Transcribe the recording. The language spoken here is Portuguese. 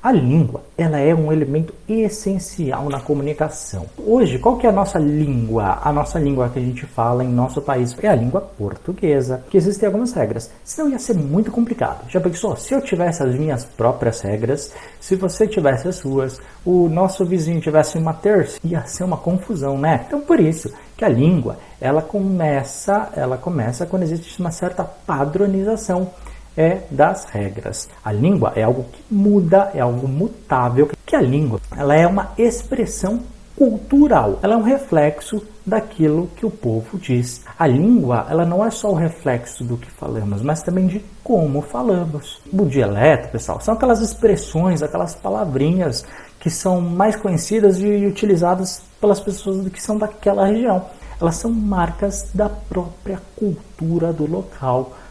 A língua, ela é um elemento essencial na comunicação. Hoje, qual que é a nossa língua? A nossa língua que a gente fala em nosso país é a língua portuguesa, que existem algumas regras. Senão ia ser muito complicado. Já pensou? Se eu tivesse as minhas próprias regras, se você tivesse as suas, o nosso vizinho tivesse uma terça, ia ser uma confusão, né? Então, por isso que a língua, ela começa quando existe uma certa padronização das regras. A língua é algo que muda, é algo mutável, que a língua, ela é uma expressão cultural, ela é um reflexo daquilo que o povo diz. A língua, ela não é só o reflexo do que falamos, mas também de como falamos. O dialeto, pessoal, são aquelas expressões, aquelas palavrinhas que são mais conhecidas e utilizadas pelas pessoas que são daquela região. Elas são marcas da própria cultura do local.